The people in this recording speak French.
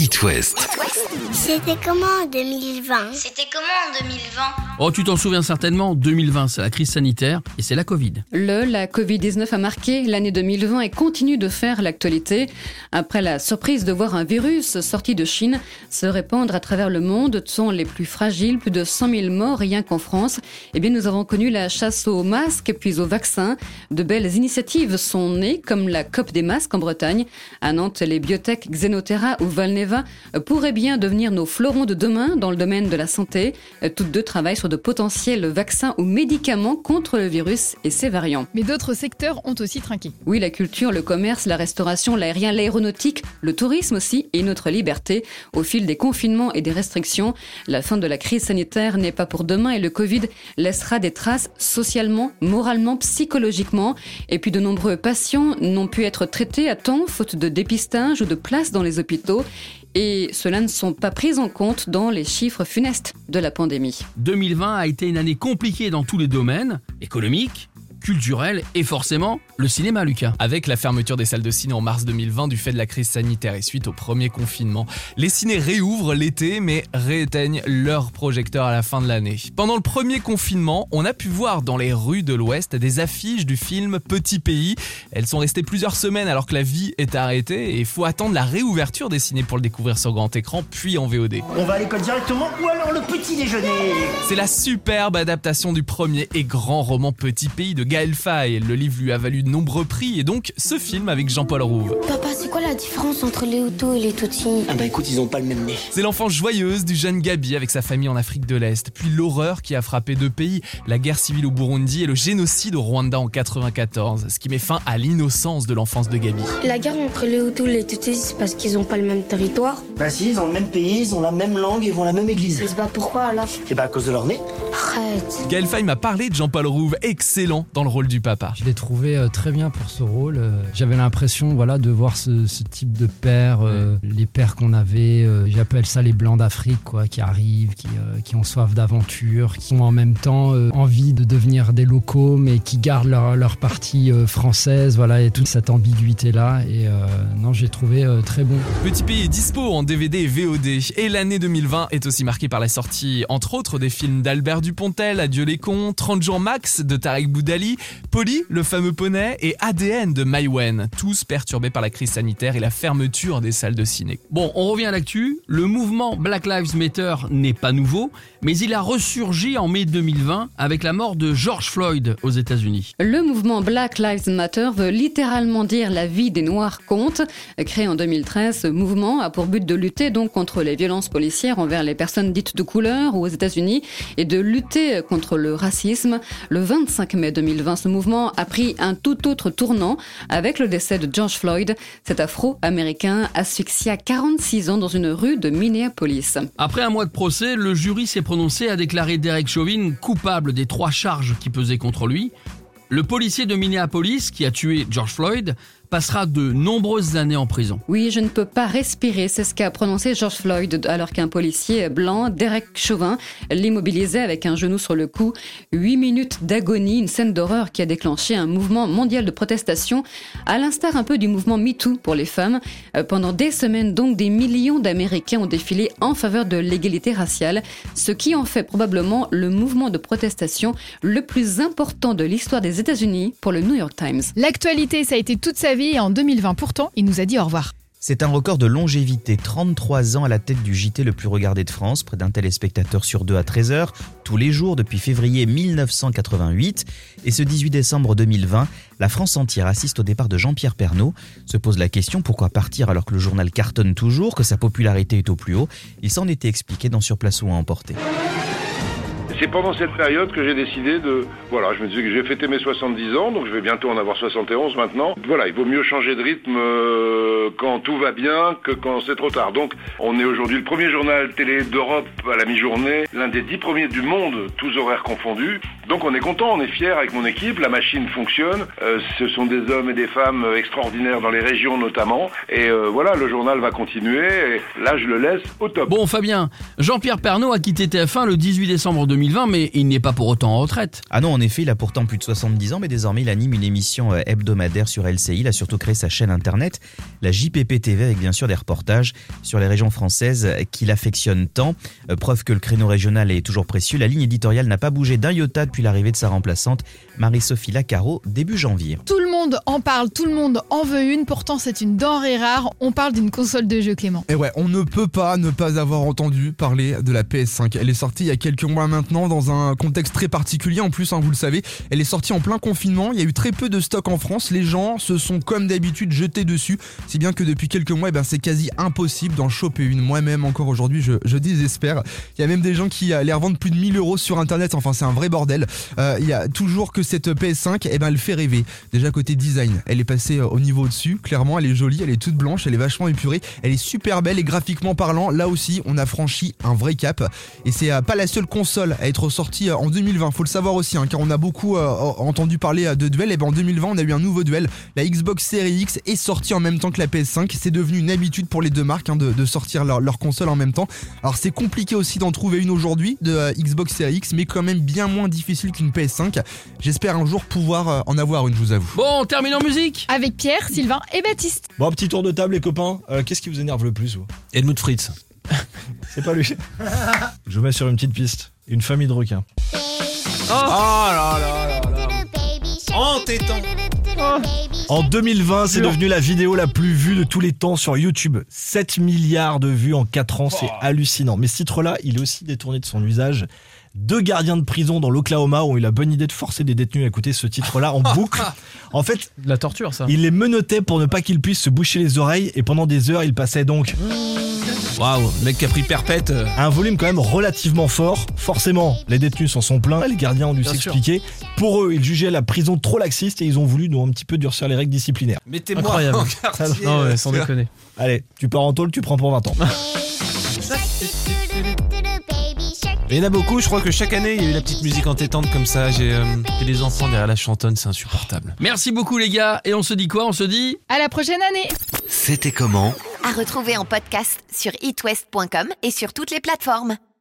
It West. C'était comment en 2020 Oh, tu t'en souviens certainement, 2020, c'est la crise sanitaire et c'est la Covid. La Covid-19 a marqué l'année 2020 et continue de faire l'actualité. Après la surprise de voir un virus sorti de Chine se répandre à travers le monde, tuant les plus fragiles, plus de 100 000 morts rien qu'en France, eh bien nous avons connu la chasse aux masques puis aux vaccins. De belles initiatives sont nées, comme la COP des masques en Bretagne. À Nantes, les biotech Xenotera ou Valneva pourraient bien devenir nos fleurons de demain dans le domaine de la santé. Toutes deux travaillent sur de potentiels vaccins ou médicaments contre le virus et ses variants. Mais d'autres secteurs ont aussi trinqué. Oui, la culture, le commerce, la restauration, l'aérien, l'aéronautique, le tourisme aussi et notre liberté. Au fil des confinements et des restrictions, la fin de la crise sanitaire n'est pas pour demain et le Covid laissera des traces socialement, moralement, psychologiquement. Et puis de nombreux patients n'ont pu être traités à temps, faute de dépistage ou de place dans les hôpitaux. Et cela ne sont pas pris en compte dans les chiffres funestes de la pandémie. 2020 a été une année compliquée dans tous les domaines, économiques, culturel et forcément le cinéma, Lucas. Avec la fermeture des salles de ciné en mars 2020 du fait de la crise sanitaire et suite au premier confinement, les cinés réouvrent l'été mais rééteignent leurs projecteurs à la fin de l'année. Pendant le premier confinement, on a pu voir dans les rues de l'Ouest des affiches du film Petit Pays. Elles sont restées plusieurs semaines alors que la vie est arrêtée et il faut attendre la réouverture des cinés pour le découvrir sur grand écran puis en VOD. On va à l'école directement ou alors le petit déjeuner. C'est la superbe adaptation du premier et grand roman Petit Pays de Gaël Faye. Le livre lui a valu de nombreux prix et donc ce film avec Jean-Paul Rouve. Papa, c'est quoi la différence entre les Hutus et les Tutsis? Ah bah écoute, ils ont pas le même nez. C'est l'enfance joyeuse du jeune Gabi avec sa famille en Afrique de l'Est, puis l'horreur qui a frappé deux pays, la guerre civile au Burundi et le génocide au Rwanda en 94, ce qui met fin à l'innocence de l'enfance de Gabi. La guerre entre les Hutus et les Tutsis, c'est parce qu'ils ont pas le même territoire? Bah si, ils ont le même pays, ils ont la même langue et vont à la même église. Mais c'est pas pourquoi alors? Et bah à cause de leur nez. Arrête. Gaël Faye m'a parlé de Jean-Paul Rouve, excellent dans le rôle du papa. Je l'ai trouvé très bien pour ce rôle. J'avais l'impression de voir ce type de père, les pères qu'on avait, j'appelle ça les blancs d'Afrique, qui arrivent, qui ont soif d'aventure, qui ont en même temps envie de devenir des locaux, mais qui gardent leur partie française, et toute cette ambiguïté-là. Et non, j'ai trouvé très bon. Petit Pays est dispo en DVD et VOD. Et l'année 2020 est aussi marquée par la sortie, entre autres, des films d'Albert Dupontel, Adieu les cons, 30 jours max de Tarek Boudali, Polly, le fameux poney, et ADN de Maïwenn, tous perturbés par la crise sanitaire et la fermeture des salles de ciné. Bon, on revient à l'actu. Le mouvement Black Lives Matter n'est pas nouveau, mais il a ressurgi en mai 2020 avec la mort de George Floyd aux États-Unis. Le mouvement Black Lives Matter veut littéralement dire la vie des Noirs compte. Créé en 2013, ce mouvement a pour but de lutter donc contre les violences policières envers les personnes dites de couleur aux États-Unis et de lutter contre le racisme. Le 25 mai 2020, ce mouvement a pris un tout autre tournant avec le décès de George Floyd, cet Afro-Américain asphyxié à 46 ans dans une rue de Minneapolis. Après un mois de procès, le jury s'est prononcé à déclarer Derek Chauvin coupable des 3 charges qui pesaient contre lui. Le policier de Minneapolis qui a tué George Floyd passera de nombreuses années en prison. Oui, je ne peux pas respirer, c'est ce qu'a prononcé George Floyd alors qu'un policier blanc, Derek Chauvin, l'immobilisait avec un genou sur le cou. 8 minutes d'agonie, une scène d'horreur qui a déclenché un mouvement mondial de protestation, à l'instar un peu du mouvement MeToo pour les femmes. Pendant des semaines donc, des millions d'Américains ont défilé en faveur de l'égalité raciale, ce qui en fait probablement le mouvement de protestation le plus important de l'histoire des États-Unis pour le New York Times. L'actualité, ça a été toute sa vie et en 2020 pourtant, il nous a dit au revoir. C'est un record de longévité, 33 ans à la tête du JT le plus regardé de France, près d'un téléspectateur sur 2 à 13h, tous les jours depuis février 1988. Et ce 18 décembre 2020, la France entière assiste au départ de Jean-Pierre Pernaut. Se pose la question, pourquoi partir alors que le journal cartonne toujours, que sa popularité est au plus haut? Il s'en était expliqué dans Sur Place ou à emporter. C'est pendant cette période que j'ai décidé je me disais que j'ai fêté mes 70 ans, donc je vais bientôt en avoir 71 maintenant. Voilà, il vaut mieux changer de rythme quand tout va bien que quand c'est trop tard. Donc, on est aujourd'hui le premier journal télé d'Europe à la mi-journée, l'un des 10 premiers du monde, tous horaires confondus. Donc on est content, on est fiers avec mon équipe, la machine fonctionne. Ce sont des hommes et des femmes extraordinaires dans les régions notamment. Et le journal va continuer. Et là, je le laisse au top. Bon, Fabien, Jean-Pierre Pernaut a quitté TF1 le 18 décembre 2020. 2020, mais il n'est pas pour autant en retraite. Ah non, en effet, il a pourtant plus de 70 ans, mais désormais il anime une émission hebdomadaire sur LCI. Il a surtout créé sa chaîne internet, la JPP TV, avec bien sûr des reportages sur les régions françaises qu'il affectionne tant. Preuve que le créneau régional est toujours précieux. La ligne éditoriale n'a pas bougé d'un iota depuis l'arrivée de sa remplaçante, Marie-Sophie Lacaro, début janvier. Tout le monde en parle, tout le monde en veut une, pourtant c'est une denrée rare. On parle d'une console de jeu, Clément. Et ouais, on ne peut pas ne pas avoir entendu parler de la PS5. Elle est sortie il y a quelques mois maintenant dans un contexte très particulier. En plus, vous le savez, elle est sortie en plein confinement. Il y a eu très peu de stock en France. Les gens se sont comme d'habitude jetés dessus. Si bien que depuis quelques mois, c'est quasi impossible d'en choper une. Moi-même, encore aujourd'hui, je désespère. Il y a même des gens qui les revendent plus de 1000 € sur internet. Enfin, c'est un vrai bordel. Il y a toujours que cette PS5, elle fait rêver. Déjà côté design, elle est passée au niveau au-dessus. Clairement, elle est jolie, elle est toute blanche, elle est vachement épurée. Elle est super belle et graphiquement parlant, là aussi, on a franchi un vrai cap. Et c'est pas la seule console à être sortie en 2020. Faut le savoir aussi, car on a beaucoup entendu parler de duel. Et en 2020, on a eu un nouveau duel. La Xbox Series X est sortie en même temps que la PS5. C'est devenu une habitude pour les deux marques de sortir leur console en même temps. Alors c'est compliqué aussi d'en trouver une aujourd'hui de Xbox Series X, mais quand même bien moins difficile qu'une PS5. J'espère un jour pouvoir en avoir une, je vous avoue. Bon, on termine en musique Avec Pierre, Sylvain et Baptiste. Bon, petit tour de table les copains, qu'est-ce qui vous énerve le plus vous ? Helmut Fritz. C'est pas lui. Je vous mets sur une petite piste, une famille de requins. Oh là là là là. Entêtant. En 2020, c'est devenu la vidéo la plus vue de tous les temps sur YouTube. 7 milliards de vues en 4 ans, c'est hallucinant. Mais ce titre-là, il est aussi détourné de son usage. 2 gardiens de prison dans l'Oklahoma ont eu la bonne idée de forcer des détenus à écouter ce titre-là en boucle. En fait, De la torture, ça. il les menottait pour ne pas qu'ils puissent se boucher les oreilles et pendant des heures, il passait donc Waouh, le mec qui a pris perpète. un volume quand même relativement fort. Forcément, les détenus s'en sont plaints, les gardiens ont dû Bien s'expliquer. Pour eux, ils jugeaient la prison trop laxiste et ils ont voulu un petit peu durcir les règles disciplinaires. Mettez-moi Incroyable. en quartier. Non, ouais, sans déconner. Allez, tu pars en tôle, tu prends pour 20 ans. Il y en a beaucoup, je crois que chaque année, il y a eu la petite musique entêtante comme ça. J'ai les enfants derrière la chantonne, c'est insupportable. Merci beaucoup les gars, et on se dit quoi ? On se dit... À la prochaine année. C'était comment ? À retrouver en podcast sur itwest.com et sur toutes les plateformes.